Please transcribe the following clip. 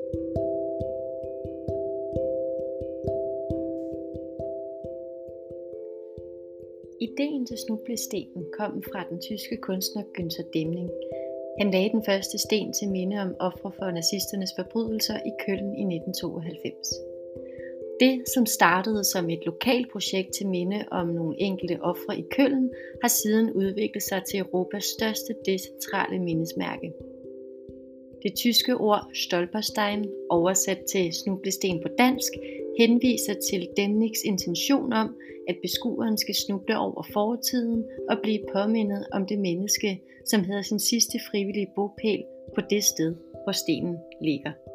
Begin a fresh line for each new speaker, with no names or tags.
Ideen til snublestenen kom fra den tyske kunstner Günter Demnig. Han lagde den første sten til minde om ofre for nazisternes forbrydelser i Køln i 1992. Det, som startede som et lokalt projekt til minde om nogle enkelte ofre i Køln, har siden udviklet sig til Europas største decentrale mindesmærke. Det tyske ord Stolperstein, oversat til snublesten på dansk, henviser til Demnigs intention om, at beskueren skal snuble over fortiden og blive påmindet om det menneske, som havde sin sidste frivillige bopæl på det sted, hvor stenen ligger.